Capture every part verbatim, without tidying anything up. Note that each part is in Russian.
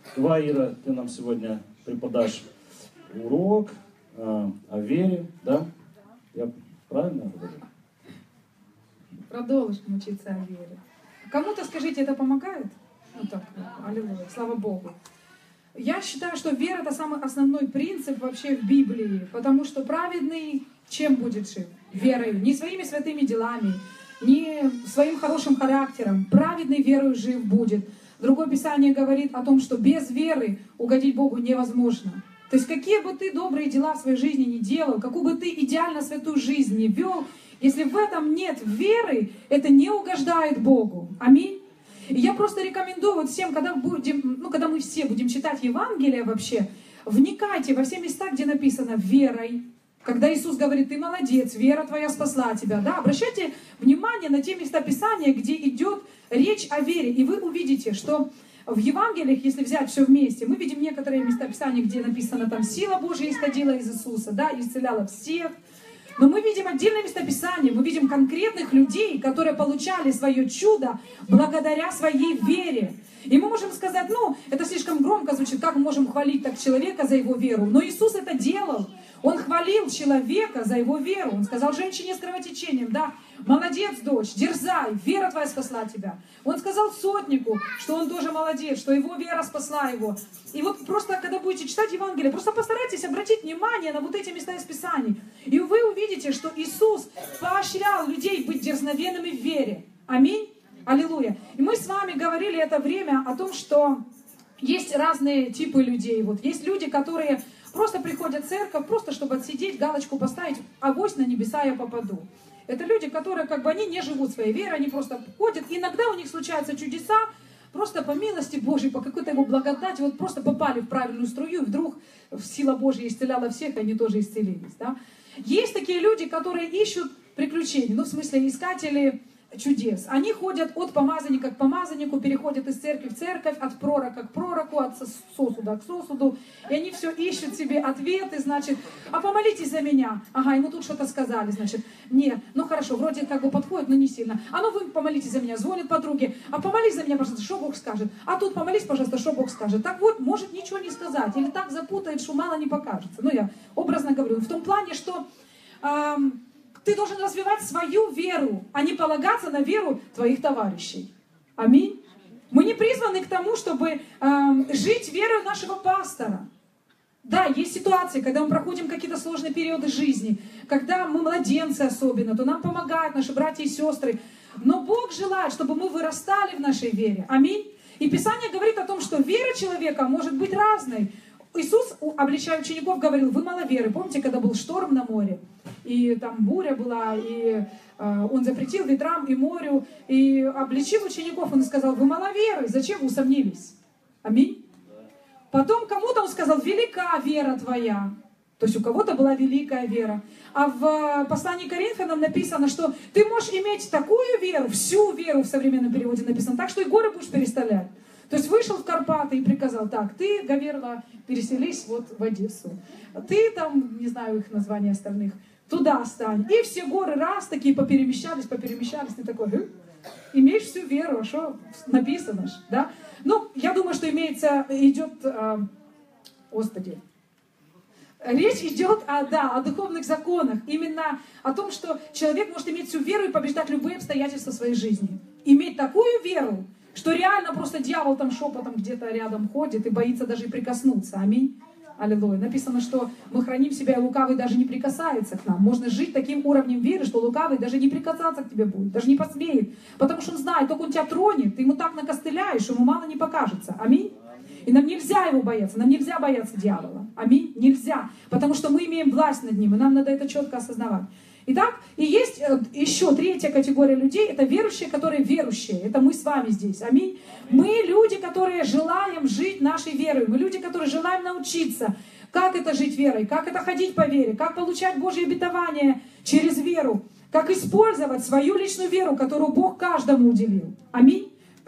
Давай, Ира, ты нам сегодня преподашь урок э, о вере, да? Я правильно говорю? Продолжим учиться о вере. Кому-то, скажите, это помогает? Ну так, аллилуйя, слава Богу. Я считаю, что вера — это самый основной принцип вообще в Библии, потому что праведный чем будет жив? Верою. Не своими святыми делами, не своим хорошим характером. Праведный верою жив будет. Другое Писание говорит о том, что без веры угодить Богу невозможно. То есть какие бы ты добрые дела в своей жизни не делал, какую бы ты идеально святую жизнь не вел, если в этом нет веры, это не угождает Богу. Аминь. И я просто рекомендую вот всем, когда, будем, ну, когда мы все будем читать Евангелие вообще, вникайте во все места, где написано «верой». Когда Иисус говорит: «Ты молодец, вера твоя спасла тебя». Да? Обращайте внимание на те места Писания, где идет речь о вере. И вы увидите, что в Евангелиях, если взять все вместе, мы видим некоторые места Писания, где написано там «сила Божья исходила из Иисуса», да, и исцеляла всех. Но мы видим отдельные местописания, мы видим конкретных людей, которые получали свое чудо благодаря своей вере. И мы можем сказать: ну, это слишком громко звучит, как мы можем хвалить так человека за его веру? Но Иисус это делал. Он хвалил человека за его веру. Он сказал женщине с кровотечением: да, молодец, дочь, дерзай, вера твоя спасла тебя. Он сказал сотнику, что он тоже молодец, что его вера спасла его. И вот просто, когда будете читать Евангелие, просто постарайтесь обратить внимание на вот эти места из Писаний. И вы увидите, что Иисус поощрял людей быть дерзновенными в вере. Аминь. Аллилуйя. И мы с вами говорили это время о том, что есть разные типы людей. Вот есть люди, которые просто приходят в церковь, просто чтобы отсидеть, галочку поставить: авось на небеса я попаду. Это люди, которые как бы они не живут своей верой, они просто ходят. Иногда у них случаются чудеса, просто по милости Божьей, по какой-то его благодати, вот просто попали в правильную струю, и вдруг сила Божья исцеляла всех, и они тоже исцелились. Да? Есть такие люди, которые ищут приключений, ну в смысле искатели чудес. Они ходят от помазанника к помазаннику, переходят из церкви в церковь, от пророка к пророку, от сосуда к сосуду. И они все ищут себе ответы, значит: а помолитесь за меня. Ага, ему тут что-то сказали, значит. Нет, ну хорошо, вроде как бы подходит, но не сильно. А ну вы помолитесь за меня, звонят подруги. А помолись за меня, пожалуйста, что Бог скажет. А тут помолись, пожалуйста, что Бог скажет. Так вот, может ничего не сказать. Или так запутает, что мало не покажется. Ну я образно говорю. В том плане, что... Эм, Ты должен развивать свою веру, а не полагаться на веру твоих товарищей. Аминь. Мы не призваны к тому, чтобы э, жить верой нашего пастора. Да, есть ситуации, когда мы проходим какие-то сложные периоды жизни, когда мы младенцы особенно, то нам помогают наши братья и сестры. Но Бог желает, чтобы мы вырастали в нашей вере. Аминь. И Писание говорит о том, что вера человека может быть разной. Иисус, обличая учеников, говорил: вы маловеры. Помните, когда был шторм на море? И там буря была, и э, он запретил ветрам и морю, и обличил учеников, он сказал: вы маловеры, зачем вы усомнились? Аминь. Потом кому-то он сказал: велика вера твоя. То есть у кого-то была великая вера. А в послании к Коринфянам написано, что ты можешь иметь такую веру, всю веру в современном переводе написано, так что и горы будешь переставлять. То есть вышел в Карпаты и приказал: так, ты, Гаверла, переселись вот в Одессу. Ты там, не знаю их названия остальных, туда стань. И все горы раз такие поперемещались, поперемещались. Ты такой: «Хм, имеешь всю веру, а что написано ж, да?» Ну, я думаю, что имеется, идет, э, Господи, речь идет о, да, о духовных законах. Именно о том, что человек может иметь всю веру и побеждать любые обстоятельства своей жизни. Иметь такую веру, что реально просто дьявол там шепотом где-то рядом ходит и боится даже и прикоснуться. Аминь. Аллилуйя. Написано, что мы храним себя, и лукавый даже не прикасается к нам. Можно жить таким уровнем веры, что лукавый даже не прикасаться к тебе будет, даже не посмеет. Потому что он знает, только он тебя тронет, ты ему так накостыляешь, ему мало не покажется. Аминь. И нам нельзя его бояться, нам нельзя бояться дьявола. Аминь. Нельзя. Потому что мы имеем власть над ним, и нам надо это четко осознавать. Итак, и есть еще третья категория людей, это верующие, которые верующие. Это мы с вами здесь. Аминь. Мы люди, которые желаем жить нашей верой. Мы люди, которые желаем научиться, как это жить верой, как это ходить по вере, как получать Божье обетование через веру, как использовать свою личную веру, которую Бог каждому уделил. Аминь.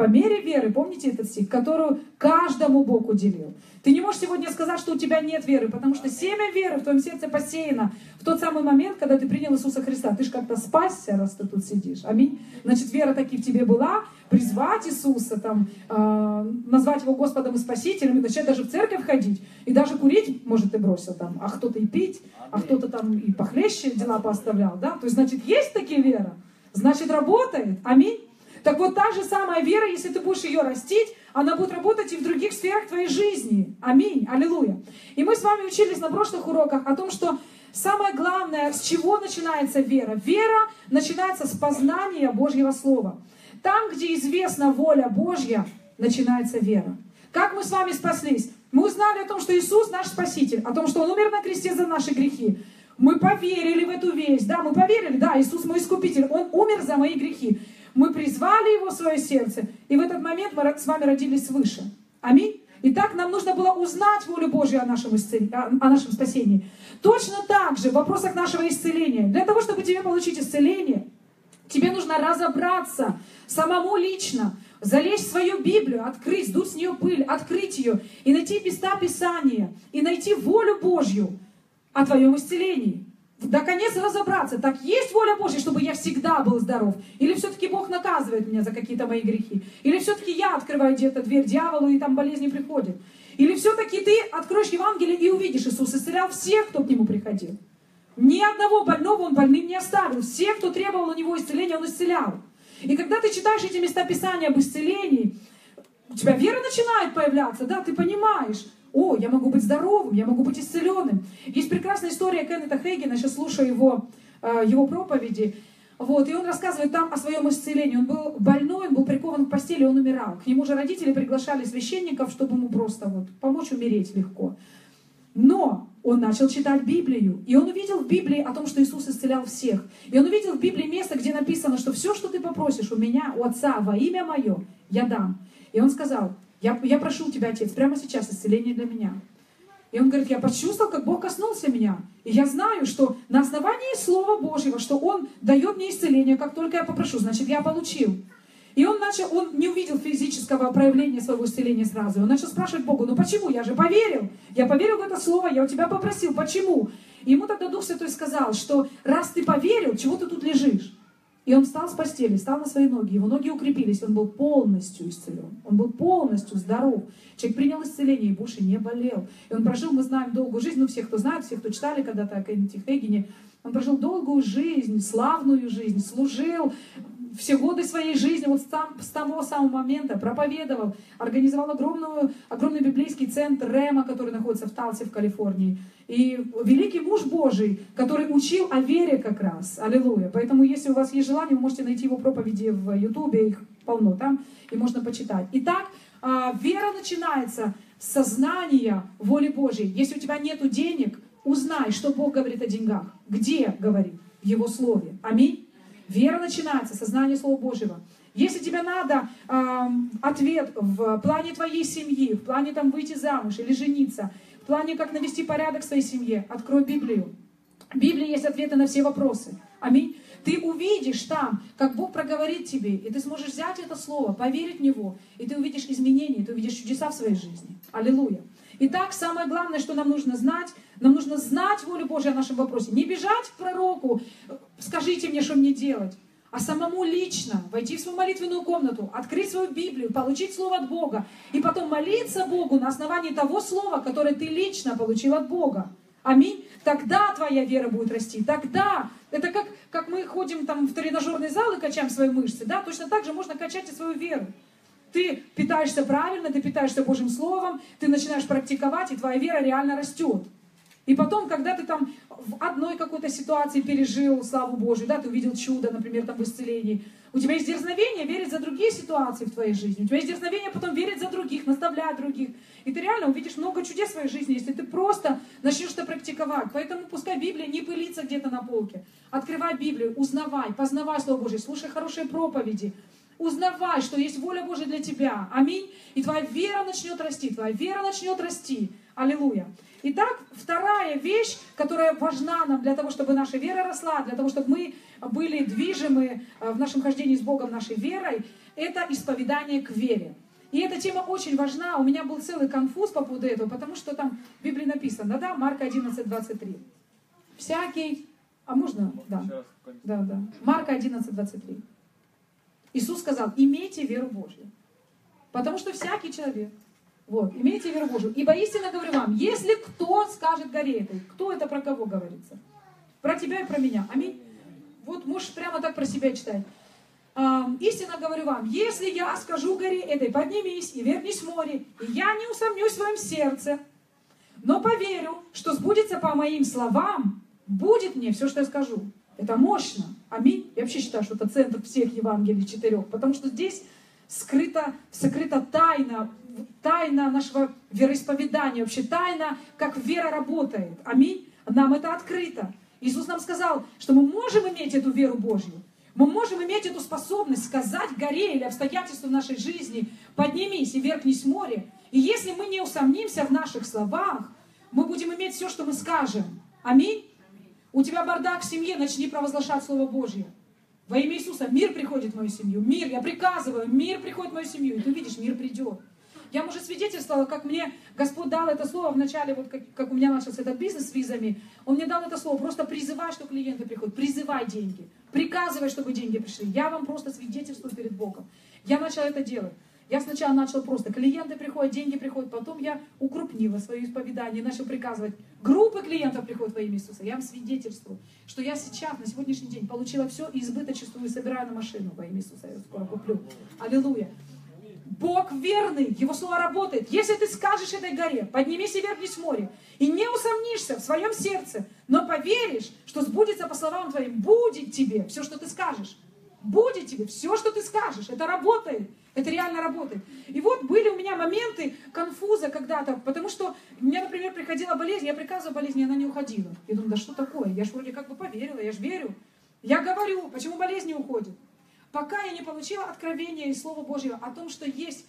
по мере веры, помните этот стих, которую каждому Бог уделил. Ты не можешь сегодня сказать, что у тебя нет веры, потому что семя веры в твоем сердце посеяно в тот самый момент, когда ты принял Иисуса Христа. Ты же как-то спасся, раз ты тут сидишь. Аминь. Значит, вера таки в тебе была, призвать Иисуса, там, э, назвать Его Господом и Спасителем, и начать даже в церковь ходить. И даже курить, может, ты бросил там, а кто-то и пить, а кто-то там и похлеще дела пооставлял. Да? То есть, значит, есть таки вера, значит, работает. Аминь. Так вот, та же самая вера, если ты будешь ее растить, она будет работать и в других сферах твоей жизни. Аминь. Аллилуйя. И мы с вами учились на прошлых уроках о том, что самое главное, с чего начинается вера. Вера начинается с познания Божьего Слова. Там, где известна воля Божья, начинается вера. Как мы с вами спаслись? Мы узнали о том, что Иисус наш Спаситель, о том, что Он умер на кресте за наши грехи. Мы поверили в эту весть. Да, мы поверили, да, Иисус мой Искупитель, Он умер за мои грехи. Мы призвали Его в свое сердце, и в этот момент мы с вами родились свыше. Аминь. Итак, нам нужно было узнать волю Божью о нашем, исцел... о нашем спасении. Точно так же в вопросах нашего исцеления. Для того, чтобы тебе получить исцеление, тебе нужно разобраться самому лично, залезть в свою Библию, открыть, сдуть с нее пыль, открыть ее и найти места Писания, и найти волю Божью о твоем исцелении. Наконец разобраться, так есть воля Божья, чтобы я всегда был здоров? Или все-таки Бог наказывает меня за какие-то мои грехи? Или все-таки я открываю где-то дверь дьяволу, и там болезни приходят? Или все-таки ты откроешь Евангелие и увидишь, Иисус исцелял всех, кто к Нему приходил? Ни одного больного Он больным не оставил. Всех, кто требовал у Него исцеления, Он исцелял. И когда ты читаешь эти места Писания об исцелении, у тебя вера начинает появляться, да, ты понимаешь, о, я могу быть здоровым, я могу быть исцеленным. Есть прекрасная история Кеннета Хейгена, сейчас слушаю его, его проповеди, вот, и он рассказывает там о своем исцелении. Он был больной, он был прикован к постели, он умирал. К нему же родители приглашали священников, чтобы ему просто вот помочь умереть легко. Но он начал читать Библию, и он увидел в Библии о том, что Иисус исцелял всех. И он увидел в Библии место, где написано, что все, что ты попросишь у меня, у Отца, во имя Мое, я дам. И он сказал, я, я прошу тебя, Отец, прямо сейчас исцеление для меня. И он говорит, я почувствовал, как Бог коснулся меня. И я знаю, что на основании Слова Божьего, что Он дает мне исцеление, как только я попрошу, значит, я получил. И он начал, он не увидел физического проявления своего исцеления сразу. Он начал спрашивать Бога, ну почему? Я же поверил. Я поверил в это слово, я у тебя попросил. Почему? И ему тогда Дух Святой сказал, что раз ты поверил, чего ты тут лежишь? И он встал с постели, встал на свои ноги, его ноги укрепились, он был полностью исцелен, он был полностью здоров. Человек принял исцеление и больше не болел. И он прожил, мы знаем, долгую жизнь, ну все, кто знает, все, кто читали когда-то о Кеннете Хейгене, он прожил долгую жизнь, славную жизнь, служил все годы своей жизни, вот с, там, с того самого момента проповедовал, организовал огромную, огромный библейский центр Рема, который находится в Талсе, в Калифорнии. И великий муж Божий, который учил о вере как раз. Аллилуйя. Поэтому, если у вас есть желание, вы можете найти его проповеди в Ютубе, их полно там, и можно почитать. Итак, вера начинается с сознания воли Божьей. Если у тебя нет денег, узнай, что Бог говорит о деньгах. Где говорит? В Его Слове. Аминь. Вера начинается со знания Слова Божьего. Если тебе надо э, ответ в плане твоей семьи, в плане там выйти замуж или жениться, в плане как навести порядок в своей семье, открой Библию. В Библии есть ответы на все вопросы. Аминь. Ты увидишь там, как Бог проговорит тебе, и ты сможешь взять это слово, поверить в него, и ты увидишь изменения, ты увидишь чудеса в своей жизни. Аллилуйя. Итак, самое главное, что нам нужно знать, нам нужно знать волю Божью о нашем вопросе. Не бежать к пророку, скажите мне, что мне делать, а самому лично войти в свою молитвенную комнату, открыть свою Библию, получить Слово от Бога, и потом молиться Богу на основании того Слова, которое ты лично получил от Бога. Аминь. Тогда твоя вера будет расти. Тогда, это как, как мы ходим там в тренажерный зал и качаем свои мышцы, да, точно так же можно качать и свою веру. Ты питаешься правильно, ты питаешься Божьим Словом, ты начинаешь практиковать, и твоя вера реально растет. И потом, когда ты там в одной какой-то ситуации пережил славу Божию, да, ты увидел чудо, например, там в исцелении, у тебя есть дерзновение верить за другие ситуации в твоей жизни, у тебя есть дерзновение потом верить за других, наставлять других. И ты реально увидишь много чудес в своей жизни, если ты просто начнешь это практиковать. Поэтому пускай Библия не пылится где-то на полке. Открывай Библию, узнавай, познавай Слово Божие, слушай хорошие проповеди. Узнавай, что есть воля Божья для тебя. Аминь. И твоя вера начнет расти, твоя вера начнет расти. Аллилуйя. Итак, вторая вещь, которая важна нам для того, чтобы наша вера росла, для того, чтобы мы были движимы в нашем хождении с Богом нашей верой, это исповедание к вере. И эта тема очень важна. У меня был целый конфуз по поводу этого, потому что там в Библии написано, да, Марка одиннадцать, двадцать три. Всякий, а можно? Да, да, да. Марка одиннадцать, двадцать три. Иисус сказал, имейте веру Божью. Потому что всякий человек, вот, имейте веру Божью. Ибо истинно говорю вам, если кто скажет горе этой, кто это про кого говорится? Про тебя и про меня. Аминь. Вот можешь прямо так про себя читать. Uh, истинно говорю вам, если я скажу горе этой, поднимись и вернись в море, и я не усомнюсь в своем сердце, но поверю, что сбудется по моим словам, будет мне все, что я скажу. Это мощно. Аминь. Я вообще считаю, что это центр всех Евангелий четырех, потому что здесь скрыта, сокрыта тайна, тайна нашего вероисповедания, вообще тайна, как вера работает. Аминь. Нам это открыто. Иисус нам сказал, что мы можем иметь эту веру Божью. Мы можем иметь эту способность сказать горе или обстоятельству в нашей жизни, поднимись и вернись в море. И если мы не усомнимся в наших словах, мы будем иметь все, что мы скажем. Аминь. У тебя бардак в семье, начни провозглашать Слово Божье. Во имя Иисуса мир приходит в мою семью. Мир, я приказываю, мир приходит в мою семью. И ты увидишь, мир придет. Я вам уже свидетельствовала, как мне Господь дал это слово в начале, вот как, как у меня начался этот бизнес с визами. Он мне дал это слово, просто призывай, что клиенты приходят, призывай деньги, приказывай, чтобы деньги пришли. Я вам просто свидетельствую перед Богом. Я начала это делать. Я сначала начала просто, клиенты приходят, деньги приходят, потом я укрупнила свое исповедание, начала приказывать. Группы клиентов приходят во имя Иисуса. Я вам свидетельствую, что я сейчас, на сегодняшний день, получила все и избыточествую, и собираю на машину во имя Иисуса. Я скоро куплю. Аллилуйя. Бог верный, Его слово работает. Если ты скажешь этой горе, поднимись и вернись в море, и не усомнишься в своем сердце, но поверишь, что сбудется по словам твоим, будет тебе все, что ты скажешь. Будет тебе все, что ты скажешь. Это работает. Это реально работает. И вот были у меня моменты конфуза когда-то, потому что у меня, например, приходила болезнь, я приказывала болезнь, и она не уходила. Я думаю, да что такое? Я же вроде как бы поверила, я же верю. Я говорю, почему болезнь не уходит? Пока я не получила откровения и Слова Божьего о том, что есть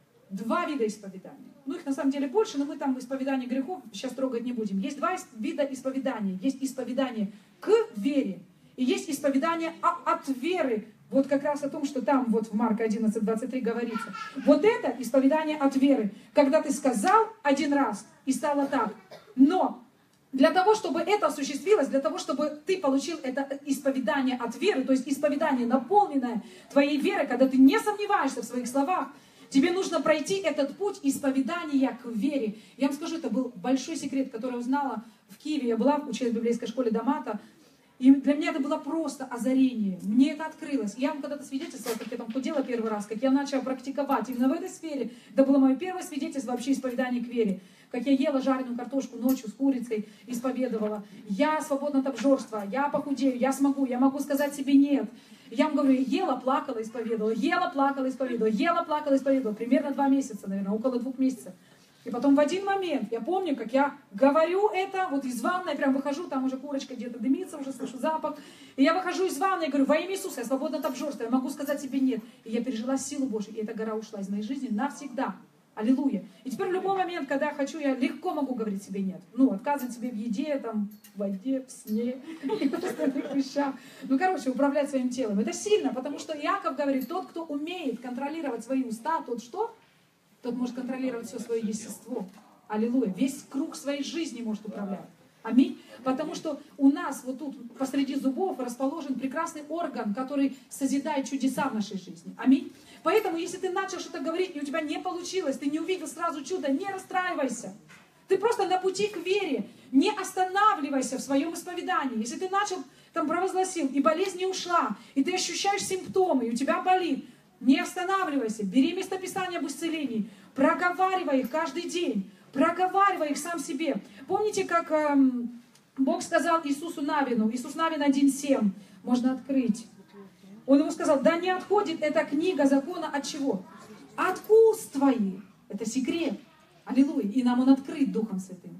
два вида исповедания. Ну, их на самом деле больше, но мы там исповедание грехов сейчас трогать не будем. Есть два вида исповедания. Есть исповедание к вере, и есть исповедание от веры. Вот как раз о том, что там вот в Марка одиннадцать, двадцать три говорится. Вот это исповедание от веры. Когда ты сказал один раз, и стало так. Но для того, чтобы это осуществилось, для того, чтобы ты получил это исповедание от веры, то есть исповедание, наполненное твоей верой, когда ты не сомневаешься в своих словах, тебе нужно пройти этот путь исповедания к вере. Я вам скажу, это был большой секрет, который я узнала в Киеве. Я была, училась в библейской школе Дамата, и для меня это было просто озарение. Мне это открылось. Я вам когда-то свидетельствовала, как я там худела первый раз, как я начала практиковать именно в этой сфере. Это было мое первое свидетельство вообще исповедания к вере. Как я ела жареную картошку ночью с курицей, исповедовала. Я свободна от обжорства, я похудею, я смогу, я могу сказать себе нет. Я вам говорю, ела, плакала, исповедовала, ела, плакала, исповедовала, ела, плакала, исповедовала. Примерно два месяца, наверное, около двух месяцев. И потом в один момент, я помню, как я говорю это, вот из ванной, прям выхожу, там уже курочка где-то дымится, уже слышу запах. И я выхожу из ванной и говорю, во имя Иисуса, я свободна от обжорства, я могу сказать себе нет. И я пережила силу Божью, и эта гора ушла из моей жизни навсегда. Аллилуйя. И теперь в любой момент, когда я хочу, я легко могу говорить себе нет. Ну, отказывать себе в еде, там, в воде, в сне и в остальных вещах. Ну, короче, управлять своим телом. Это сильно, потому что Иаков говорит, тот, кто умеет контролировать свои уста, тот что? Тот может контролировать все свое естество. Аллилуйя. Весь круг своей жизни может управлять. Аминь. Потому что у нас вот тут посреди зубов расположен прекрасный орган, который созидает чудеса в нашей жизни. Аминь. Поэтому, если ты начал что-то говорить, и у тебя не получилось, ты не увидел сразу чудо, не расстраивайся. Ты просто на пути к вере. Не останавливайся в своем исповедании. Если ты начал, там, провозгласил, и болезнь не ушла, и ты ощущаешь симптомы, и у тебя болит, не останавливайся. Бери местописания об исцелении, проговаривай их каждый день, проговаривай их сам себе. Помните, как эм, Бог сказал Иисусу Навину, Иисус Навин один семь, можно открыть. Он ему сказал, да не отходит эта книга закона от чего? От уст твоих. Это секрет. Аллилуйя. И нам он открыт Духом Святым.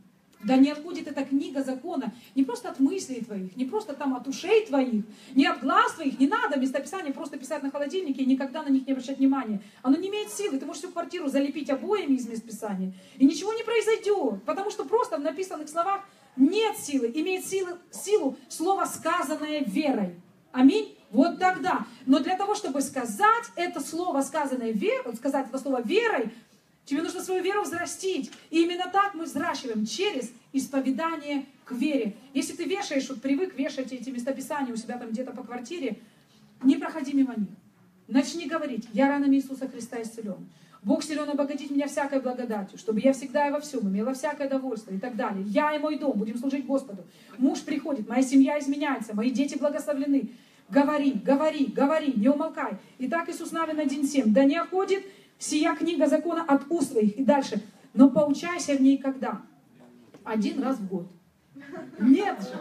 Да не отходит эта книга закона не просто от мыслей твоих, не просто там от ушей твоих, не от глаз твоих. Не надо местописание просто писать на холодильнике и никогда на них не обращать внимания. Оно не имеет силы. Ты можешь всю квартиру залепить обоями из местописания, и ничего не произойдет. Потому что просто в написанных словах нет силы. Имеет силу, силу слово, сказанное верой. Аминь. Вот тогда. Но для того, чтобы сказать это слово, сказанное верой, сказать это слово верой, тебе нужно свою веру взрастить. И именно так мы взращиваем, через исповедание к вере. Если ты вешаешь, вот привык вешать эти местописания у себя там где-то по квартире, не проходи мимо них. Начни говорить: я ранами Иисуса Христа исцелен. Бог силен обогатить меня всякой благодатью, чтобы я всегда и во всем имела всякое довольство и так далее. Я и мой дом будем служить Господу. Муж приходит, моя семья изменяется, мои дети благословлены. Говори, говори, говори, не умолкай. Итак, Иисус Навин один семь. Да не отходит сия книга закона от уст твоих. И дальше. Но поучайся в ней когда? Один раз в год. Нет же.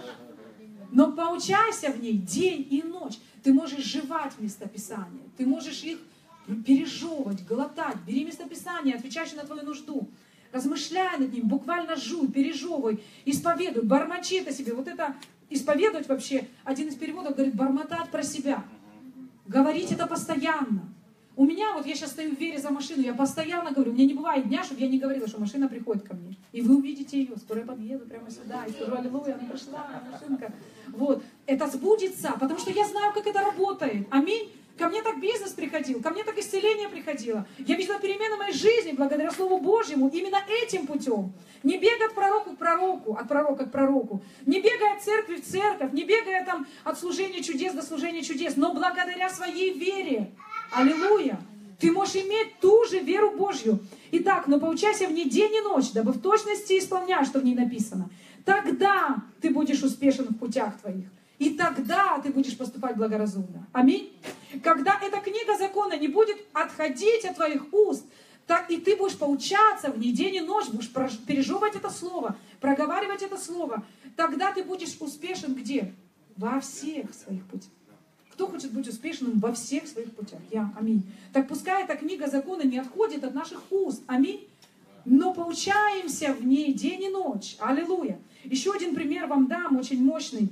Но поучайся в ней день и ночь. Ты можешь жевать местописания. Ты можешь их пережевывать, глотать. Бери местописание, отвечающее на твою нужду. Размышляй над ним, буквально жуй, пережевывай, исповедуй, бормочи это себе. Вот это исповедовать вообще, один из переводов говорит, бормотать про себя. Говорить это постоянно. У меня, вот я сейчас стою в вере за машину, я постоянно говорю, у меня не бывает дня, чтобы я не говорила, что машина приходит ко мне. И вы увидите ее, скоро я подъеду прямо сюда, и скажу, аллилуйя, она пришла, машинка. Вот, это сбудется, потому что я знаю, как это работает. Аминь. Ко мне так бизнес приходил, ко мне так исцеление приходило. Я видела перемены в моей жизни благодаря Слову Божьему именно этим путем. Не бегая от пророка к пророку, от пророка к пророку, не бегая от церкви в церковь, не бегая там от служения чудес до служения чудес, но благодаря своей вере. Аллилуйя! Ты можешь иметь ту же веру Божью. Итак, но поучайся в ней день и ночь, дабы в точности исполнять, что в ней написано. Тогда ты будешь успешен в путях твоих. И тогда ты будешь поступать благоразумно. Аминь. Когда эта книга закона не будет отходить от твоих уст, так и ты будешь поучаться в ней день и ночь, будешь пережевывать это слово, проговаривать это слово, тогда ты будешь успешен где? Во всех своих путях. Кто хочет быть успешным во всех своих путях? Я. Аминь. Так пускай эта книга закона не отходит от наших уст. Аминь. Но поучаемся в ней день и ночь. Аллилуйя. Еще один пример вам дам, очень мощный.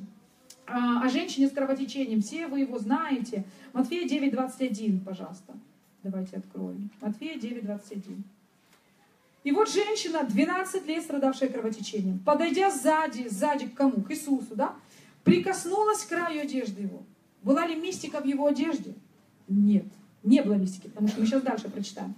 О женщине с кровотечением. Все вы его знаете. Матфея девять двадцать один, пожалуйста. Давайте откроем. Матфея девять двадцать один. И вот женщина, двенадцать лет страдавшая кровотечением, подойдя сзади, сзади к кому? К Иисусу, да? Прикоснулась к краю одежды его. Была ли мистика в его одежде? Нет, не было мистики, потому что мы сейчас дальше прочитаем.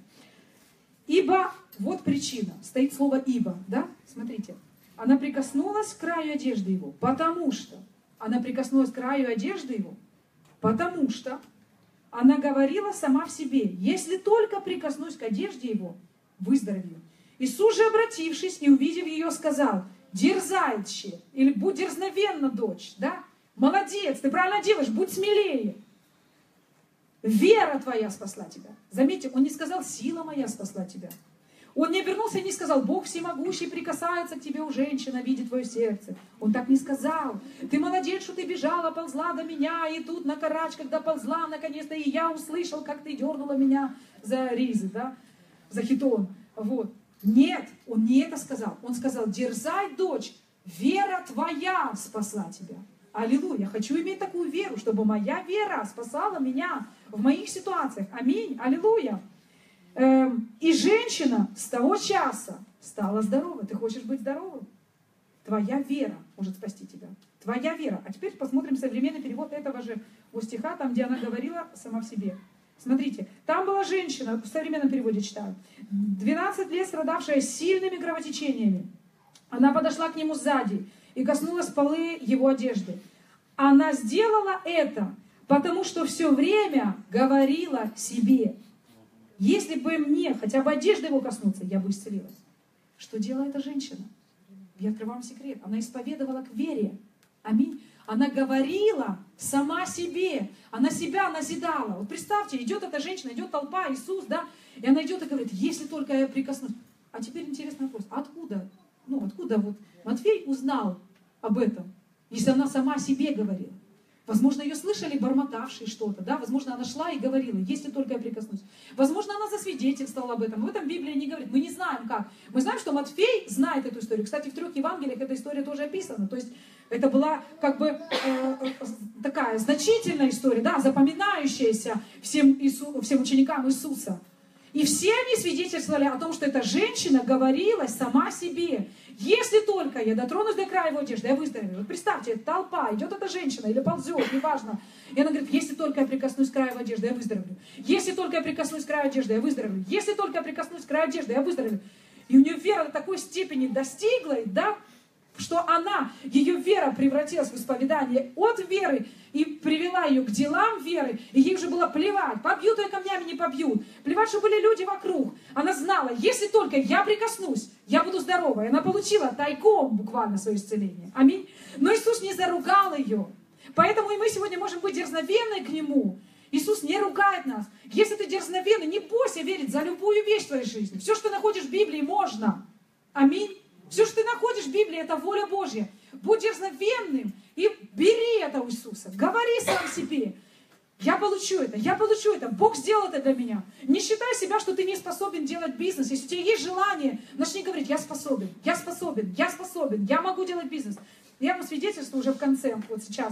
Ибо, вот причина, стоит слово «ибо», да? Смотрите. Она прикоснулась к краю одежды его, потому что она прикоснулась к краю одежды его, потому что она говорила сама в себе, если только прикоснусь к одежде его, выздоровею. Иисус же, обратившись и увидев ее, сказал, дерзайте, или будь дерзновенна, дочь, да? Молодец, ты правильно делаешь, будь смелее. Вера твоя спасла тебя. Заметьте, он не сказал, сила моя спасла тебя. Он не обернулся и не сказал, Бог всемогущий прикасается к тебе, у женщины, видит твое сердце. Он так не сказал. Ты молодец, что ты бежала, ползла до меня, и тут на карачках доползла наконец-то, и я услышал, как ты дернула меня за ризы, да, за хитон. Вот. Нет, он не это сказал. Он сказал, дерзай, дочь, вера твоя спасла тебя. Аллилуйя. Я хочу иметь такую веру, чтобы моя вера спасала меня в моих ситуациях. Аминь. Аллилуйя. И женщина с того часа стала здоровой. Ты хочешь быть здоровым? Твоя вера может спасти тебя. Твоя вера. А теперь посмотрим современный перевод этого же стиха, там, где она говорила сама в себе. Смотрите, там была женщина, в современном переводе читаю, двенадцать лет страдавшая сильными кровотечениями. Она подошла к нему сзади и коснулась полы его одежды. Она сделала это, потому что все время говорила себе, если бы мне хотя бы одежды его коснуться, я бы исцелилась. Что делала эта женщина? Я открываю вам секрет. Она исповедовала к вере. Аминь. Она говорила сама себе. Она себя назидала. Вот представьте, идет эта женщина, идет толпа, Иисус, да, и она идет и говорит, если только я прикоснусь. А теперь интересный вопрос. Откуда? Ну, откуда вот Матфей узнал об этом, если она сама себе говорила? Возможно, ее слышали бормотавшие что-то, да, возможно, она шла и говорила, если только я прикоснусь. Возможно, она засвидетельствовала об этом. Об этом Библия не говорит. Мы не знаем как. Мы знаем, что Матфей знает эту историю. Кстати, в трех Евангелиях эта история тоже описана. То есть это была как бы э, такая значительная история, да, запоминающаяся всем, Иису, всем ученикам Иисуса. И все они свидетельствовали о том, что эта женщина говорила сама себе. Если только я дотронусь до края его одежды, я выздоровею. Вот представьте, толпа, идет эта женщина или ползет, неважно. И она говорит, если только я прикоснусь к краю его одежды, я выздоровлю. Если только я прикоснусь к краю одежды, я выздоровлю. Если только я прикоснусь к краю одежды, я выздоровлю. И у нее вера до такой степени достигла, да, что она, ее вера превратилась в исповедание от веры и привела ее к делам веры, и ей уже было плевать, побьют ее камнями, не побьют, плевать, что были люди вокруг. Она знала, если только я прикоснусь, я буду здорова. И она получила тайком буквально свое исцеление. Аминь. Но Иисус не заругал ее. Поэтому и мы сегодня можем быть дерзновенны к Нему. Иисус не ругает нас. Если ты дерзновенный, не бойся верить за любую вещь в твоей жизни. Все, что ты находишь в Библии, можно. Аминь. Все, что ты находишь в Библии, это воля Божья. Будь дерзновенным и бери это у Иисуса. Говори сам себе. Я получу это, я получу это. Бог сделал это для меня. Не считай себя, что ты не способен делать бизнес. Если у тебя есть желание, начни говорить, я способен, я способен, я способен, я могу делать бизнес. Я вам свидетельствую уже в конце, вот сейчас,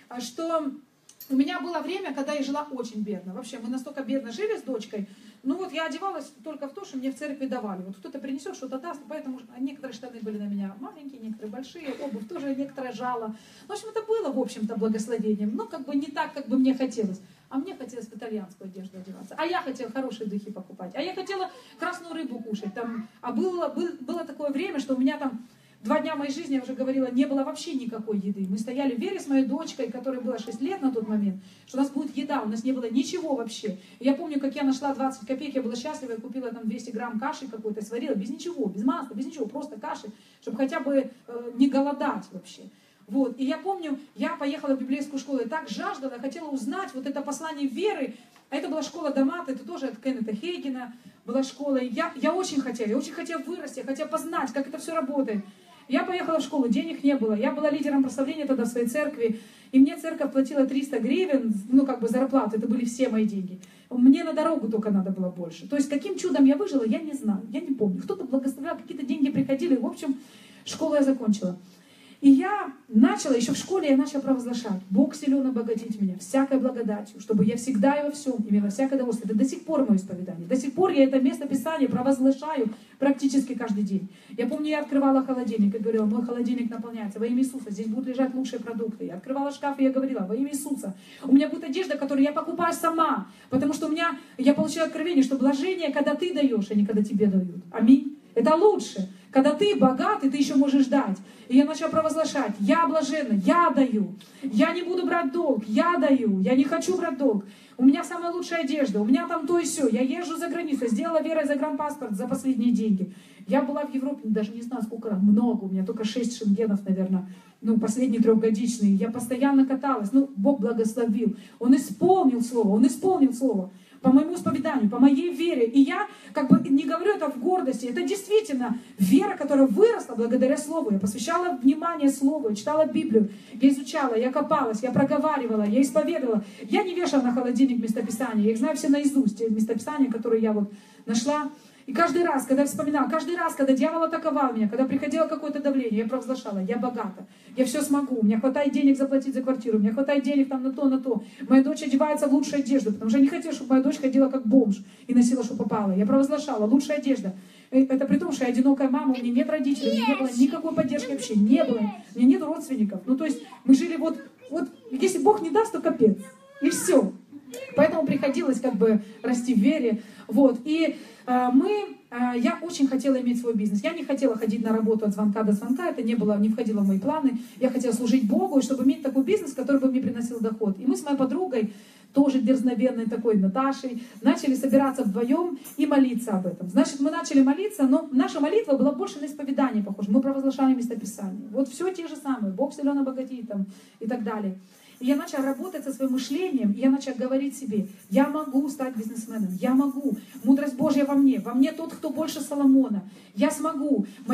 что у меня было время, когда я жила очень бедно. Вообще, мы настолько бедно жили с дочкой. Ну вот я одевалась только в то, что мне в церкви давали. Вот кто-то принесет, что-то даст, поэтому некоторые штаны были на меня маленькие, некоторые большие, обувь тоже некоторая жала. В общем, это было, в общем-то, благословением, но как бы не так, как бы мне хотелось. А мне хотелось в итальянскую одежду одеваться. А я хотела хорошие духи покупать. А я хотела красную рыбу кушать. Там, а было, было, было такое время, что у меня там два дня моей жизни, я уже говорила, не было вообще никакой еды. Мы стояли в вере с моей дочкой, которой было шесть лет на тот момент, что у нас будет еда, у нас не было ничего вообще. И я помню, как я нашла двадцать копеек, я была счастлива, я купила там двести грамм каши какой-то, сварила без ничего, без масла, без ничего, просто каши, чтобы хотя бы э, не голодать вообще. Вот. И я помню, я поехала в библейскую школу, я так жаждала, я хотела узнать вот это послание веры. А это была школа Дамата, это тоже от Кеннета Хейгена была школа. И я, я очень хотела, я очень хотела вырасти, я хотела познать, как это все работает. Я поехала в школу, денег не было. Я была лидером прославления тогда в своей церкви. И мне церковь платила триста гривен, ну как бы зарплату, это были все мои деньги. Мне на дорогу только надо было больше. То есть каким чудом я выжила, я не знаю, я не помню. Кто-то благословлял, какие-то деньги приходили. В общем, школу я закончила. И я начала, еще в школе я начала провозглашать: Бог силен обогатить меня всякой благодатью, чтобы я всегда и во всем имела всякое довольствие. Это до сих пор мое исповедание. До сих пор я это место Писания провозглашаю практически каждый день. Я помню, я открывала холодильник и говорила: мой холодильник наполняется во имя Иисуса, здесь будут лежать лучшие продукты. Я открывала шкаф и я говорила: во имя Иисуса. У меня будет одежда, которую я покупаю сама, потому что у меня, я получила откровение, что блажение, когда ты даешь, а не когда тебе дают. Аминь. Это лучше. Когда ты богатый, ты еще можешь дать. И я начала провозглашать: я блаженна, я даю. Я не буду брать долг, я даю. Я не хочу брать долг. У меня самая лучшая одежда, у меня там то и все. Я езжу за границу, сделала верой загранпаспорт за последние деньги. Я была в Европе, даже не знаю сколько раз, много. У меня только шесть шенгенов, наверное, ну, последние трехгодичные. Я постоянно каталась. Ну, Бог благословил. Он исполнил слово, Он исполнил слово. По моему исповеданию, по моей вере. И я как бы не говорю это в гордости. Это действительно вера, которая выросла благодаря Слову. Я посвящала внимание Слову, я читала Библию, я изучала, я копалась, я проговаривала, я исповедовала. Я не вешала на холодильник местописания. Я их знаю все наизусть, те местописания, которые я вот нашла. И каждый раз, когда я вспоминала, каждый раз, когда дьявол атаковал меня, когда приходило какое-то давление, я провозглашала: я богата, я все смогу, у меня хватает денег заплатить за квартиру, у меня хватает денег там на то, на то. Моя дочь одевается в лучшую одежду, потому что я не хотела, чтобы моя дочь ходила как бомж и носила, что попало. Я провозглашала: лучшая одежда. Это при том, что я одинокая мама, у меня нет родителей, у меня не было никакой поддержки вообще, не было, у меня нет родственников. Ну то есть мы жили вот, вот если Бог не даст, то капец. И все. Поэтому приходилось как бы расти в вере. Вот. И э, мы, э, я очень хотела иметь свой бизнес. Я не хотела ходить на работу от звонка до звонка. Это не было, не входило в мои планы. Я хотела служить Богу, чтобы иметь такой бизнес, который бы мне приносил доход. И мы с моей подругой, тоже дерзновенной такой Наташей, начали собираться вдвоем и молиться об этом. Значит, мы начали молиться, но наша молитва была больше на исповедание похожа. Мы провозглашали местописание. Вот все те же самые. Бог силен обогатит там и так далее. И я начала работать со своим мышлением, и я начала говорить себе: я могу стать бизнесменом, я могу, мудрость Божья во мне, во мне тот, кто больше Соломона, я смогу, мои руки благословенны.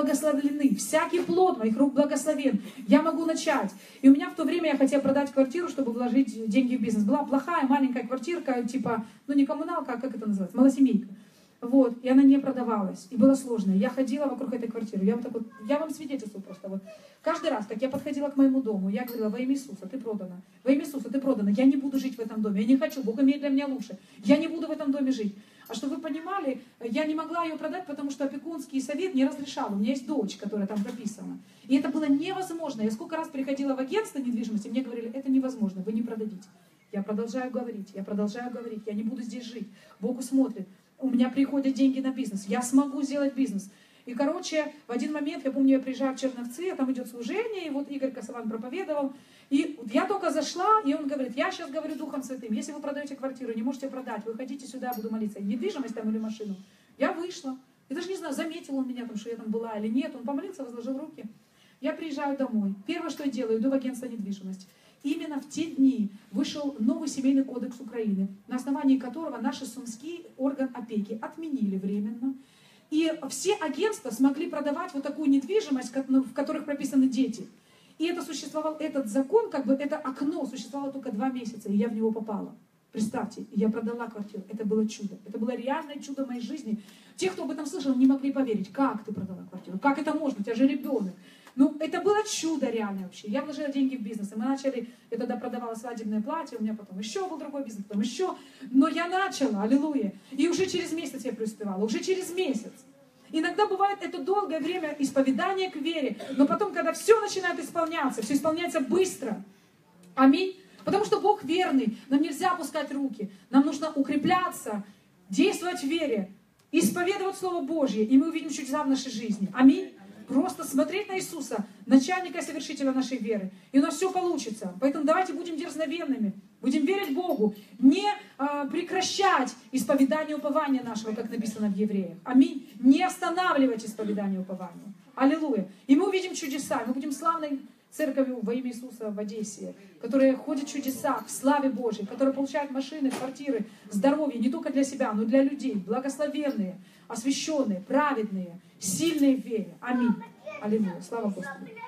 благословлены, всякий плод моих рук благословен, я могу начать. И у меня в то время я хотела продать квартиру, чтобы вложить деньги в бизнес. Была плохая маленькая квартирка, типа, ну не коммуналка, а как это называется, малосемейка. Вот, и она не продавалась, и было сложно. Я ходила вокруг этой квартиры, я вот так вот, я вам свидетельствую просто вот. Каждый раз, как я подходила к моему дому, я говорила: во имя Иисуса, ты продана, во имя Иисуса, ты продана, я не буду жить в этом доме, я не хочу, Бог имеет для меня лучше, я не буду в этом доме жить. А чтобы вы понимали, я не могла ее продать, потому что опекунский совет не разрешал, у меня есть дочь, которая там прописана. И это было невозможно. Я сколько раз приходила в агентство недвижимости, мне говорили: это невозможно, вы не продадите. Я продолжаю говорить, я продолжаю говорить, я не буду здесь жить, Бог усмотрит. У меня приходят деньги на бизнес, я смогу сделать бизнес. И, короче, в один момент, я помню, я приезжаю в Черновцы, а там идет служение, и вот Игорь Косован проповедовал. И я только зашла, и он говорит: я сейчас говорю Духом Святым, если вы продаете квартиру, не можете продать, вы хотите сюда, буду молиться, недвижимость там или машину. Я вышла. Я даже не знаю, заметил он меня там, что я там была или нет. Он помолился, возложил руки. Я приезжаю домой. Первое, что я делаю, иду в агентство недвижимости. Именно в те дни вышел новый семейный кодекс Украины, на основании которого наш Сумский орган опеки отменили временно. И все агентства смогли продавать вот такую недвижимость, в которых прописаны дети. И это существовал, этот закон, как бы это окно существовало только два месяца, и я в него попала. Представьте, я продала квартиру. Это было чудо. Это было реальное чудо моей жизни. Те, кто об этом слышал, не могли поверить. Как ты продала квартиру? Как это можно? У тебя же ребенок. Ну, это было чудо реально вообще. Я вложила деньги в бизнес. И мы начали, я тогда продавала свадебное платье, у меня потом еще был другой бизнес, потом еще. Но я начала, аллилуйя. И уже через месяц я преуспевала. Уже через месяц. Иногда бывает это долгое время исповедания к вере. Но потом, когда все начинает исполняться, все исполняется быстро. Аминь. Потому что Бог верный. Нам нельзя опускать руки. Нам нужно укрепляться, действовать в вере, исповедовать Слово Божье. И мы увидим чудеса в нашей жизни. Аминь. Просто смотреть на Иисуса, начальника и совершителя нашей веры. И у нас все получится. Поэтому давайте будем дерзновенными. Будем верить Богу. Не а, прекращать исповедание упования нашего, как написано в Евреях. Аминь. Не останавливать исповедание упования. Аллилуйя. И мы увидим чудеса. Мы будем славной церковью во имя Иисуса в Одессе, которая ходит в чудесах, в славе Божьей, которая получает машины, квартиры, здоровье не только для себя, но и для людей, благословенные, освященные, праведные, сильные в вере. Аминь. Аллилуйя. Слава Господу.